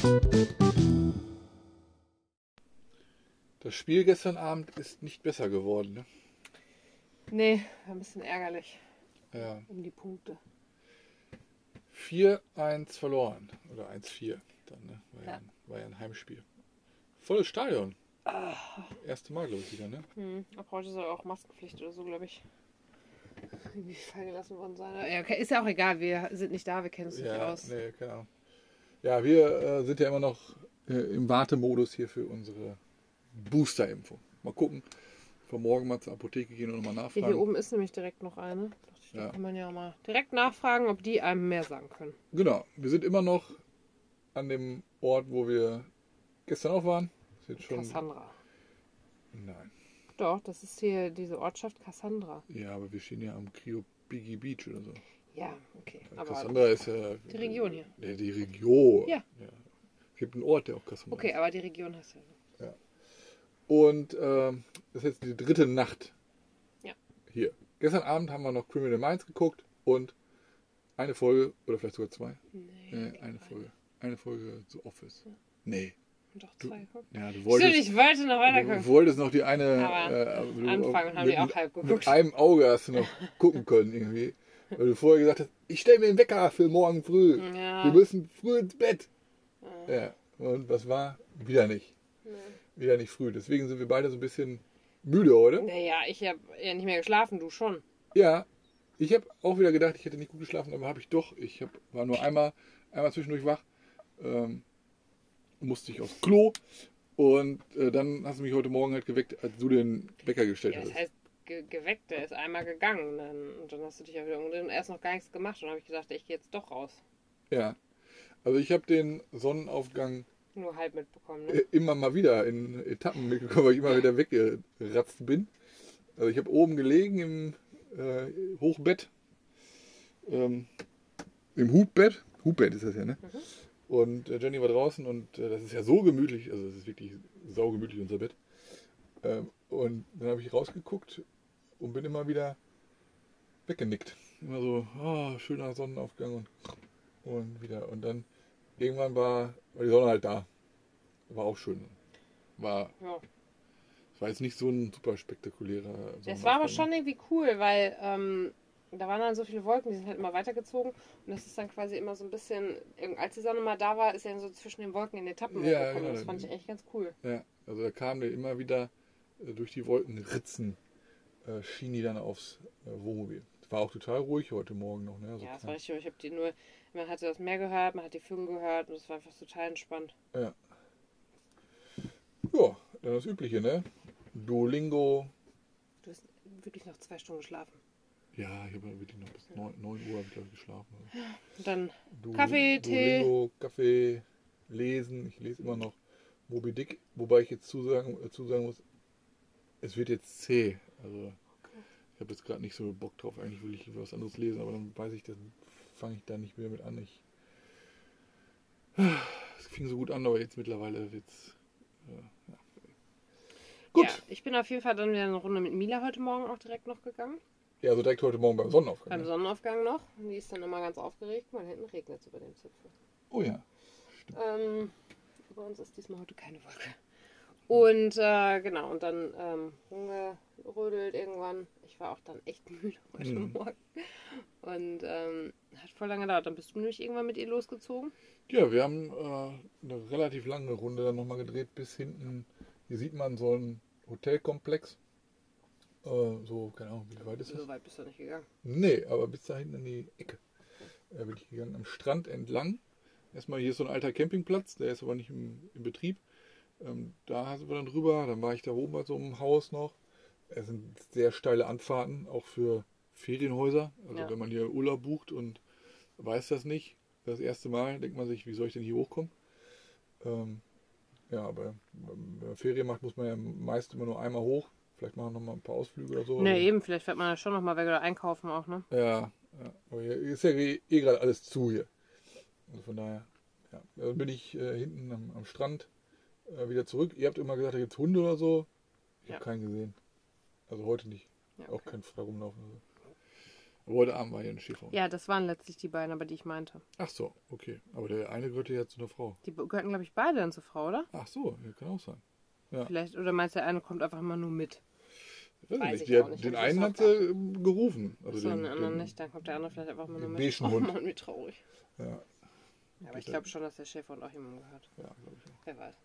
Das Spiel gestern Abend ist nicht besser geworden, ne? Nee, war ein bisschen ärgerlich. Ja. Um die Punkte. 4-1 verloren. Oder 1-4 dann, ne? War ja ein Heimspiel. Volles Stadion. Erste Mal, glaube ich, wieder, ne? Ab heute soll auch Maskenpflicht oder so, glaube ich, irgendwie fallen gelassen worden sein. Ja, okay, ist ja auch egal, wir sind nicht da, wir kennen uns nicht aus. Nee, keine Ahnung. Ja, wir sind ja immer noch im Wartemodus hier für unsere Booster-Impfung. Mal gucken. Von morgen mal zur Apotheke gehen und nochmal nachfragen. Hier oben ist nämlich direkt noch eine. Da kann man ja mal direkt nachfragen, ob die einem mehr sagen können. Genau, wir sind immer noch an dem Ort, wo wir gestern auch waren. Ist jetzt schon... Cassandra. Nein. Doch, das ist hier diese Ortschaft Cassandra. Ja, aber wir stehen ja am Biggie Beach oder so. Ja, okay. Aber Cassandra ist ja... Die Region hier. Ja, die Region. Ja. Es gibt einen Ort, der auch Cassandra Okay, ist. aber die Region heißt ja so. Ja. Und das ist jetzt die dritte Nacht. Ja. Hier. Gestern Abend haben wir noch Criminal Minds geguckt und eine Folge, oder vielleicht sogar zwei. Nee, eine Folge. Eine Folge zu Office. Ja. Nee. Und doch zwei geguckt. Ja, du wolltest, stimmt, ich wollte noch weiter gucken. Du wolltest noch die eine... Anfangen haben wir auch halb geguckt. Mit einem Auge hast du noch gucken können irgendwie. Weil du vorher gesagt hast, ich stelle mir einen Wecker für morgen früh. Ja. Wir müssen früh ins Bett. Ja. Und was war? Wieder nicht. Wieder nicht früh. Deswegen sind wir beide so ein bisschen müde heute. Naja, ich habe ja nicht mehr geschlafen, du schon. Ja, ich habe auch wieder gedacht, ich hätte nicht gut geschlafen, aber habe ich doch. War nur einmal zwischendurch wach. Musste ich aufs Klo. Und dann hast du mich heute Morgen halt geweckt, als du den Wecker gestellt hast. Das heißt, geweckt, der ist einmal gegangen. Und dann hast du dich ja wieder umgedreht und erst noch gar nichts gemacht. Und dann habe ich gedacht, ich gehe jetzt doch raus. Ja, also ich habe den Sonnenaufgang nur halb mitbekommen, ne? Immer mal wieder in Etappen mitbekommen, weil ich immer wieder weggeratzt bin. Also ich habe oben gelegen im Hochbett, im Hubbett. Hubbett ist das ja, ne? Und Jenny war draußen und das ist ja so gemütlich, also es ist wirklich saugemütlich, unser Bett. Und dann habe ich rausgeguckt und bin immer wieder weggenickt. Immer so, schöner Sonnenaufgang und wieder. Und dann irgendwann war die Sonne halt da. War auch schön. Es war jetzt nicht so ein super spektakulärer Sonnenaufgang. Es war aber schon irgendwie cool, weil da waren dann so viele Wolken, die sind halt immer weitergezogen. Und das ist dann quasi immer so ein bisschen, als die Sonne mal da war, ist ja so zwischen den Wolken in Etappen hochgekommen. Genau, das fand ich echt ganz cool. Ja, also da kam der immer wieder durch die Wolkenritzen, schien die dann aufs Wohnmobil. Es war auch total ruhig heute Morgen noch. Ne? Also ja, das war richtig. Ich habe man hatte das Meer gehört, man hat die Vögel gehört und es war einfach total entspannt. Ja. Ja, dann das Übliche, ne? Duolingo. Du hast wirklich noch 2 Stunden geschlafen. Ja, ich habe wirklich noch bis 9 Uhr habe ich geschlafen. Und dann Kaffee, Tee. Duolingo, Kaffee, Lesen. Ich lese immer noch Moby Dick, wobei ich jetzt zusagen muss, es wird jetzt zäh. Also ich habe jetzt gerade nicht so Bock drauf. Eigentlich will ich was anderes lesen, aber dann weiß ich, dann fange ich da nicht mehr mit an. Es fing so gut an, aber jetzt mittlerweile wird's. Ja. Gut. Ja, ich bin auf jeden Fall dann wieder eine Runde mit Mila heute Morgen auch direkt noch gegangen. Ja, also direkt heute Morgen beim Sonnenaufgang. Beim Sonnenaufgang noch. Und die ist dann immer ganz aufgeregt, weil hinten regnet es über dem Zipfel. Oh ja. Stimmt. Bei uns ist diesmal heute keine Wolke. Und genau, und dann rumgerödelt irgendwann. Ich war auch dann echt müde heute Morgen. Und hat voll lange gedauert. Dann bist du nämlich irgendwann mit ihr losgezogen. Ja, wir haben eine relativ lange Runde dann nochmal gedreht, bis hinten, hier sieht man so einen Hotelkomplex. So, keine Ahnung, wie weit ist das? So weit bist du nicht gegangen. Nee, aber bis da hinten in die Ecke bin ich gegangen, am Strand entlang. Erstmal, hier ist so ein alter Campingplatz, der ist aber nicht im Betrieb. Da sind wir dann drüber, dann war ich da oben bei so einem Haus noch. Es sind sehr steile Anfahrten, auch für Ferienhäuser. Also wenn man hier Urlaub bucht und weiß das nicht, das erste Mal, denkt man sich, wie soll ich denn hier hochkommen? Ja, aber wenn man Ferien macht, muss man ja meist immer nur einmal hoch. Vielleicht machen wir noch mal ein paar Ausflüge oder so. Ne, eben, vielleicht fährt man ja schon noch mal weg oder einkaufen auch, ne? Ja, aber hier ist ja gerade alles zu hier. Also von daher, ja. Dann bin ich hinten am Strand wieder zurück. Ihr habt immer gesagt, da gibt es Hunde oder so. Ich habe keinen gesehen. Also heute nicht. Ja, okay. Auch kein frei rumlaufen oder so. Aber heute Abend war hier eine Schäferhund. Ja, das waren letztlich die beiden, aber die ich meinte. Ach so, okay. Aber der eine gehörte ja zu einer Frau. Die gehörten, glaube ich, beide dann zur Frau, oder? Ach so, ja, kann auch sein. Ja. Vielleicht, oder meinst du, der eine kommt einfach immer nur mit? Weiß ich ich auch nicht. nicht. Den Hab ich einen das hat sie gerufen. Also So, den den anderen nicht. Dann kommt der andere vielleicht einfach mal nur den mit. beigen Oh Hund. Mann, wie traurig. Ja, Ja, aber ich glaube schon, dass der Schäferhund auch jemandem gehört. ja glaube ich auch. Wer weiß.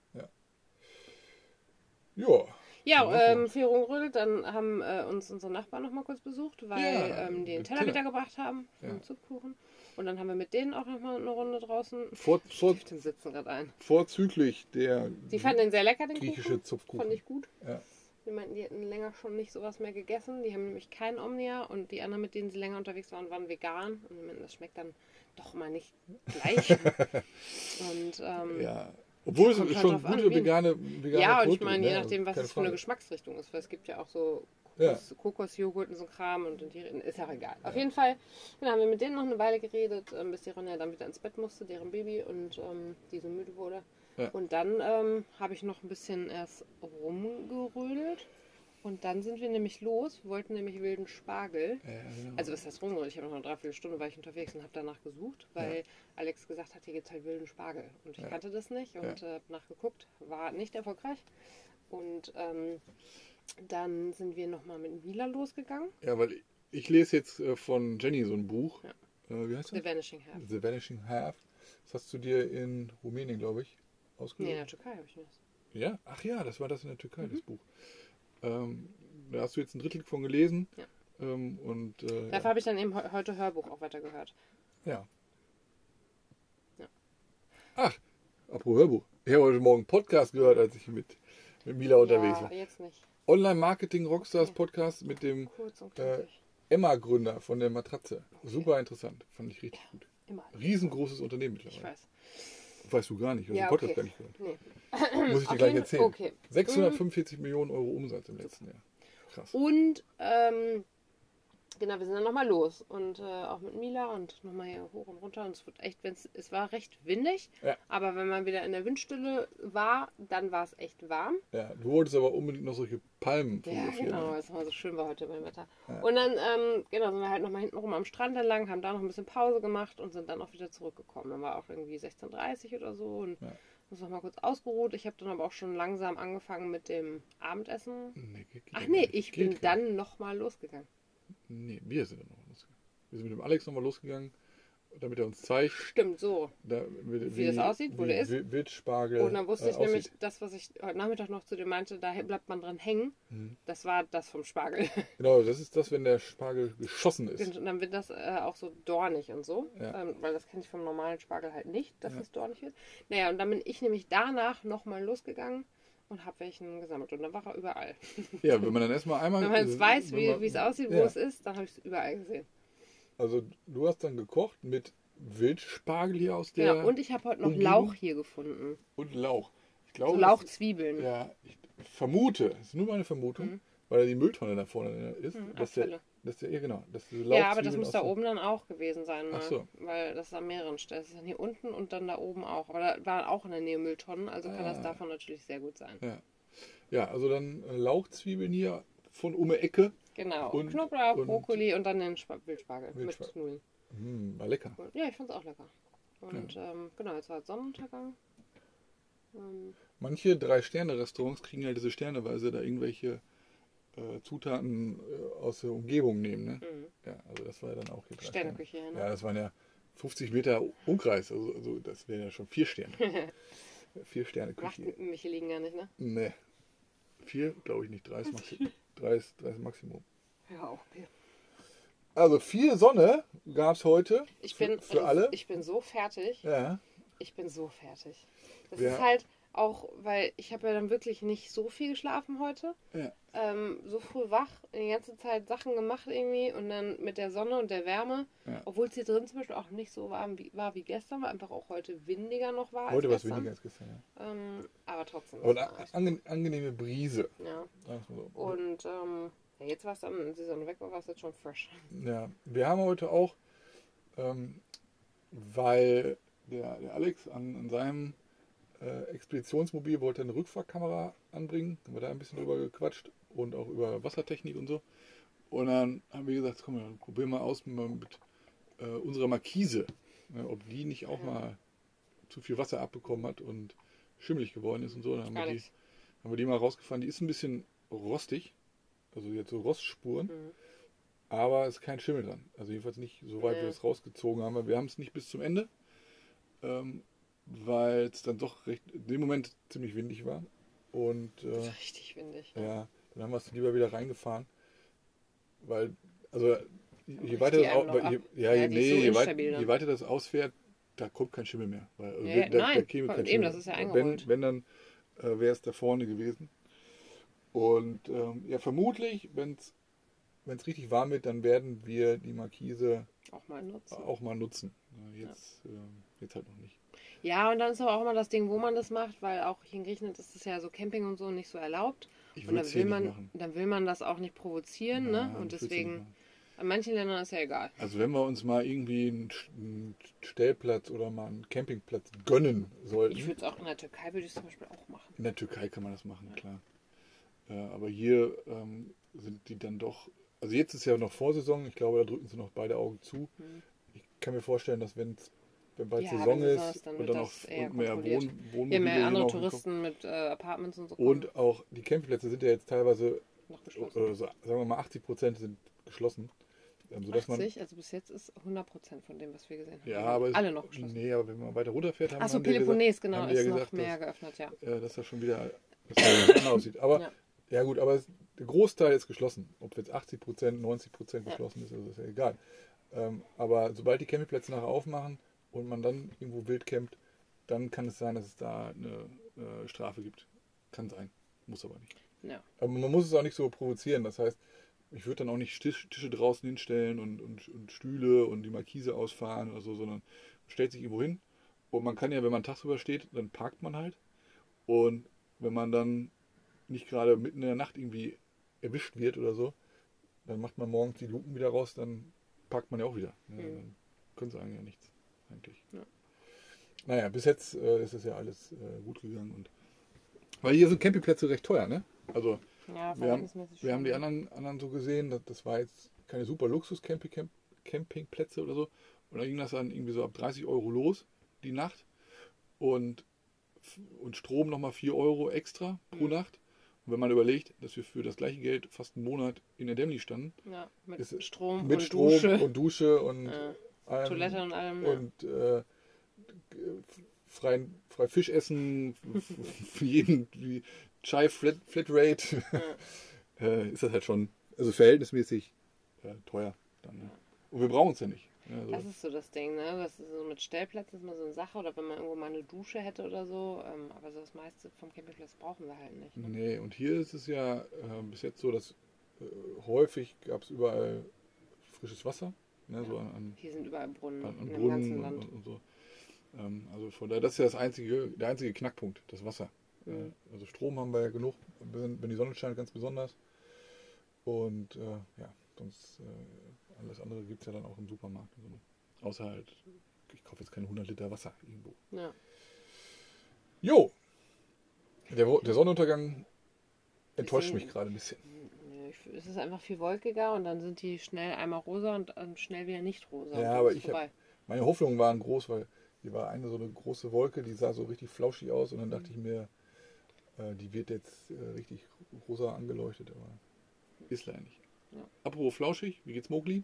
Ja. Ja, viel rumgerödelt. Dann haben uns unsere Nachbarn noch mal kurz besucht, weil Ja, die den den Teller Teller. wiedergebracht haben vom Ja. Zupfkuchen. Und dann haben wir mit denen auch noch mal eine Runde draußen. Den sitzen gerade ein. Vorzüglich der Die fanden den sehr lecker, den griechische Kuchen. Zupfkuchen. Fand ich gut. Ja. Die meinten, die hätten länger schon nicht sowas mehr gegessen. Die haben nämlich kein Omnia und die anderen, mit denen sie länger unterwegs waren, waren vegan. Und die meinten, das schmeckt dann doch mal nicht gleich. Und Ja. Obwohl es kommt halt schon drauf an, gute wen. vegane ja, und ich Produkte, meine, ne? je nachdem, Also was keine es für eine Frage. Geschmacksrichtung ist, weil es gibt ja auch so Ja. Kokosjoghurt und so Kram und die ist ja auch egal. Auf jeden Fall genau, haben wir mit denen noch eine Weile geredet, bis die Ronja dann wieder ins Bett musste, deren Baby, und die so müde wurde. Ja. Und dann habe ich noch ein bisschen erst rumgerödelt. Und dann sind wir nämlich los. Wir wollten nämlich wilden Spargel. Ja, genau. Also was heißt rumgerödelt? Ich habe noch eine Dreiviertelstunde war ich unterwegs und habe danach gesucht, weil Alex gesagt hat, hier gibt es halt wilden Spargel. Und ich kannte das nicht und habe nachgeguckt. War nicht erfolgreich. Und dann sind wir nochmal mit Mila losgegangen. Ja, weil ich lese jetzt von Jenny so ein Buch. Ja. Wie heißt das? The Vanishing Half. The Vanishing Half. Das hast du dir in Rumänien, glaube ich, Nee, ausgesucht. in der Türkei habe ich mir das. Ja? Ach ja, das war das in der Türkei, das Buch. Da hast du jetzt ein Drittel von gelesen. Ja. Und Dafür habe ich dann eben heute Hörbuch auch weiter gehört. ja. Ja. Ach, apropos Hörbuch. Ich habe heute Morgen einen Podcast gehört, als ich mit Mila unterwegs Ja, war. jetzt nicht. Online-Marketing-Rockstars Podcast mit dem Kurz und knackig. Emma-Gründer von der Matratze. Super interessant. Fand ich richtig gut. Immer. Riesengroßes Unternehmen Ich mittlerweile. weiß. Weißt du gar nicht. Du hast Ja, den Podcast okay. gar nicht gehört. Nee. Muss ich dir Auf gleich jeden- erzählen. okay. 645 Millionen Euro Umsatz im letzten Jahr. Krass. Und genau, wir sind dann nochmal los. Und auch mit Mila und nochmal hier hoch und runter. Und es wird echt, es war recht windig. Ja. Aber wenn man wieder in der Windstille war, dann war es echt warm. Ja, du wolltest aber unbedingt noch solche Palmen Ja, fotografieren. genau, ne? weil es mal so schön war heute beim Wetter. Ja. Und dann, genau, sind wir halt nochmal hinten rum am Strand entlang, haben da noch ein bisschen Pause gemacht und sind dann auch wieder zurückgekommen. Dann war auch irgendwie 16:30 oder so und uns noch mal kurz ausgeruht. Ich habe dann aber auch schon langsam angefangen mit dem Abendessen. Nee, geht Ach ja nee, gar nicht. ich Geht bin gar dann nochmal losgegangen. nicht. Nee, wir sind dann noch losgegangen. Wir sind mit dem Alex nochmal losgegangen, damit er uns zeigt, Stimmt, so. wie das aussieht, wo der ist. Wildspargel Und dann wusste ich aussieht. nämlich, das, was ich heute Nachmittag noch zu dir meinte, da bleibt man dran hängen. Das war das vom Spargel. Genau, das ist das, wenn der Spargel geschossen ist. Und dann wird das auch so dornig und so. Ja. Weil das kenne ich vom normalen Spargel halt nicht, dass es dornig wird. Naja, und dann bin ich nämlich danach nochmal losgegangen und habe welchen gesammelt. Und dann war er überall. Ja, wenn man dann erstmal einmal... Wenn man jetzt weiß, wenn wie man- es aussieht, wo ja. es ist, dann habe ich es überall gesehen. Also du hast dann gekocht mit Wildspargel hier aus der... Genau, und ich habe heute noch Umgebung? Lauch hier gefunden. und Lauch. Ich So glaube, Lauchzwiebeln. ja, ich vermute, das ist nur meine Vermutung, weil da die Mülltonne da vorne ist, Abfälle. ja genau, dass diese Ja, aber das Lauchzwiebeln muss aus da dem- oben dann auch gewesen sein. Mal, Ach so. Weil das ist an mehreren Stellen. Das ist dann hier unten und dann da oben auch. Aber da waren auch in der Nähe Mülltonnen, also kann das davon natürlich sehr gut sein. Ja, also dann Lauchzwiebeln hier von um die Ecke. Genau. Und- Knoblauch, und- Brokkoli und dann den Wildspargel Wildspargel. mit Nudeln. War lecker. Und, ja, ich fand es auch lecker. Und genau, jetzt war Sonnenuntergang. Manche 3-Sterne-Restaurants kriegen halt diese Sterneweise da irgendwelche Zutaten aus der Umgebung nehmen. Ne? Ja, also das war ja dann auch hier 3 Sterne. Sterneküche hier, ne? Ja, das waren ja 50 Meter Umkreis, also das wären ja schon 4 Sterne. 4 Sterne Macht Küche. Michelin gar nicht, ne? Ne. 4 glaube ich nicht, 3 ist Maximum. 3 ist Maximum. Ja, auch okay. Also 4 Sonne gab es heute. Ich bin, für alle. Ich bin so fertig. Ja. Ich bin so fertig. Das Ja. ist halt auch, weil ich habe ja dann wirklich nicht so viel geschlafen heute. Ja. So früh wach, die ganze Zeit Sachen gemacht irgendwie und dann mit der Sonne und der Wärme, Ja. obwohl es hier drin zum Beispiel auch nicht so warm war wie gestern, weil einfach auch heute windiger noch war Heute war es als gestern. weniger als gestern. Ja. Aber trotzdem. Aber das war echt- eine angenehme Brise. ja. Sagen wir's mal so. Und ja, jetzt war es dann, als die Sonne weg war, war es jetzt schon fresh. Ja, wir haben heute auch, weil der Alex an seinem Expeditionsmobil wollte eine Rückfahrkamera anbringen, haben wir da ein bisschen drüber gequatscht und auch über Wassertechnik und so. Und dann haben wir gesagt, komm, dann probieren wir aus mit unserer Markise, ne, ob die nicht auch mal zu viel Wasser abbekommen hat und schimmelig geworden ist und so. Dann Gar nichts. haben wir die mal rausgefahren. Die ist ein bisschen rostig, also jetzt so Rostspuren, aber es ist kein Schimmel dran. Also jedenfalls nicht so weit wir es rausgezogen haben. Aber wir haben es nicht bis zum Ende, weil es dann doch recht in dem Moment ziemlich windig war. Und Richtig windig. ja, dann haben wir es lieber wieder reingefahren, weil, also je weiter die das, einem noch ab. Ja, die ist so instabil dann. je weiter das ausfährt, da kommt kein Schimmel mehr. Weil, also Nee, da nein, käme kein eben, Schimmel. das ist ja eingerollt. Wenn dann wäre es da vorne gewesen. Und ja, vermutlich, wenn es richtig warm wird, dann werden wir die Markise Auch mal nutzen. Jetzt halt noch nicht. Ja, und dann ist aber auch immer das Ding, wo man das macht, weil auch hier in Griechenland ist es ja so Camping und so nicht so erlaubt. Ich Und würde es hier nicht machen. dann will man das auch nicht provozieren, Nein, ne? Und ich würd's hier nicht deswegen, machen. an manchen Ländern ist ja egal. Also wenn wir uns mal irgendwie einen Stellplatz oder mal einen Campingplatz gönnen sollten. Ich würde es auch in der Türkei, würde ich es zum Beispiel auch machen. In der Türkei kann man das machen, klar. Aber hier sind die dann doch. Also jetzt ist ja noch Vorsaison, ich glaube, da drücken sie noch beide Augen zu. Ich kann mir vorstellen, dass wenn bald Ja, Saison wenn Saison ist ist, dann und wird dann noch das eher mehr kontrolliert. Wohnmobile Ja, mehr hier andere noch Touristen mit Apartments und so kommen. und auch die Campingplätze sind ja jetzt teilweise, noch geschlossen. sagen wir mal 80% sind geschlossen. Sodass 80, also bis jetzt ist 100% von dem, was wir gesehen haben. Ja, aber alle noch geschlossen. Nee, aber wenn man weiter runterfährt, Achso, haben die Peloponnes, gesagt, genau, haben die ja ist noch gesagt, mehr geöffnet, ja. dass das schon wieder anders aussieht. Aber Ja. ja gut, aber der Großteil ist geschlossen. Ob jetzt 80%, 90% geschlossen ist, also ist ja egal. Aber sobald die Campingplätze nachher aufmachen und man dann irgendwo wild campt, dann kann es sein, dass es da eine Strafe gibt. Kann sein, muss aber nicht. Ja. Aber man muss es auch nicht so provozieren. Das heißt, ich würde dann auch nicht Tische draußen hinstellen und Stühle und die Markise ausfahren oder so, sondern man stellt sich irgendwo hin. Und man kann ja, wenn man tagsüber steht, dann parkt man halt. Und wenn man dann nicht gerade mitten in der Nacht irgendwie erwischt wird oder so, dann macht man morgens die Luken wieder raus, dann parkt man ja auch wieder. Ja, dann können sie eigentlich ja nichts. Eigentlich. Ja. Naja, bis jetzt ist es ja alles gut gegangen. Weil hier sind Campingplätze recht teuer, ne? Also Ja, wir haben schon. die anderen so gesehen, das war jetzt keine super Luxus-Campingplätze oder so. Und dann ging das dann irgendwie so ab 30 Euro los, die Nacht. Und Strom nochmal 4 Euro extra pro Nacht. Und wenn man überlegt, dass wir für das gleiche Geld fast einen Monat in der Dämli standen. Ja, mit ist Strom mit und Strom Dusche. und Dusche und Toilette und allem. Und frei Fisch essen, für jeden wie Chai Flatrate, ist das halt schon, also verhältnismäßig teuer. Dann, ne? Und wir brauchen es ja nicht. Also, das ist so das Ding, ne? Das ist so mit Stellplätzen ist mal so eine Sache, oder wenn man irgendwo mal eine Dusche hätte oder so. Aber so das meiste vom Campingplatz brauchen wir halt nicht. Ne? Nee, und hier ist es ja bis jetzt so, dass häufig gab es überall frisches Wasser. Ne, so hier sind überall Brunnen an im Brunnen ganzen Land. und so. Also von daher, das ist ja der einzige Knackpunkt, das Wasser. Also Strom haben wir ja genug, wenn die Sonne scheint, ganz besonders. Und ja, sonst alles andere gibt es ja dann auch im Supermarkt. So. Außer halt, ich kaufe jetzt keine 100 Liter Wasser irgendwo. Ja. Jo! Der Sonnenuntergang enttäuscht mich gerade ein bisschen. Es ist einfach viel wolkiger und dann sind die schnell einmal rosa und schnell wieder nicht rosa. Ja, aber meine Hoffnungen waren groß, weil hier war so eine große Wolke, die sah so richtig flauschig aus und dann dachte ich mir, die wird jetzt richtig rosa angeleuchtet, aber ist leider nicht. Ja. Apropos flauschig, wie geht's Mowgli?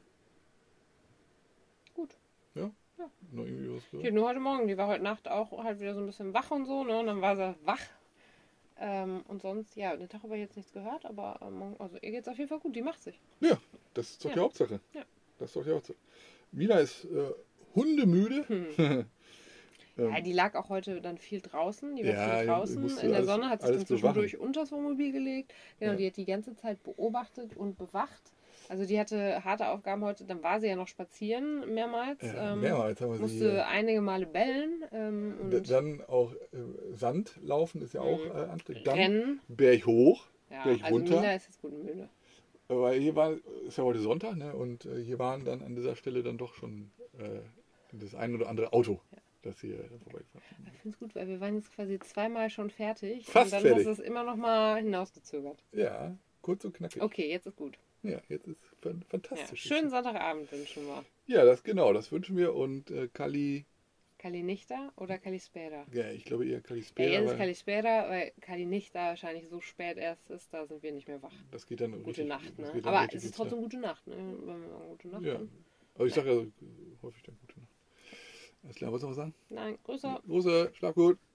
Gut. Ja? Ja. Noch irgendwie was gehört? Die nur heute Morgen, die war heute Nacht auch halt wieder so ein bisschen wach und so, ne? Und dann war sie wach. Und sonst, ja, den Tag habe ich jetzt nichts gehört, aber also ihr geht's auf jeden Fall gut, die macht sich. Ja, das ist doch die Hauptsache. Ja. Das ist doch die Hauptsache. Mila ist hundemüde. Ja, die lag auch heute dann viel draußen. Die war viel draußen musste in der Sonne, hat sich dann zwischendurch bewachen. unters Wohnmobil gelegt. Genau, die hat die ganze Zeit beobachtet und bewacht. Also die hatte harte Aufgaben heute. Dann war sie ja noch spazieren mehrmals. Mehrmals haben wir sie musste einige Male bellen. Und dann auch Sand laufen ist ja auch anstrengend. Dann Rennen. Berg hoch, Ja, Berg also runter. Mila ist jetzt gut müde. Weil ist ja heute Sonntag, ne? Und hier waren dann an dieser Stelle dann doch schon das ein oder andere Auto, das hier vorbeigefahren ist. Ich finde es gut, weil wir waren jetzt quasi zweimal schon fertig. Fast und dann fertig. hast du es immer noch mal hinausgezögert. Ja, kurz und knackig. Okay, jetzt ist gut. Ja, jetzt ist Ja, fantastisch. schönen Sonntagabend wünschen wir. Ja, das wünschen wir. Und Kali, Kalinicta oder Kalispera? ja, ich glaube eher Ja, Kalispera, jetzt ist weil Kalispera, weil Kalinicta wahrscheinlich so spät erst ist, da sind wir nicht mehr wach. das geht dann Gute richtig, Nacht, das ne? geht dann Aber richtig es ist ins trotzdem gute Nacht, ne? Wenn wir sagen gute Nacht, Ja, dann. aber ich sage ja häufig dann gute Nacht. Alles klar, was soll man sagen? Nein, größer. Große, schlaf gut.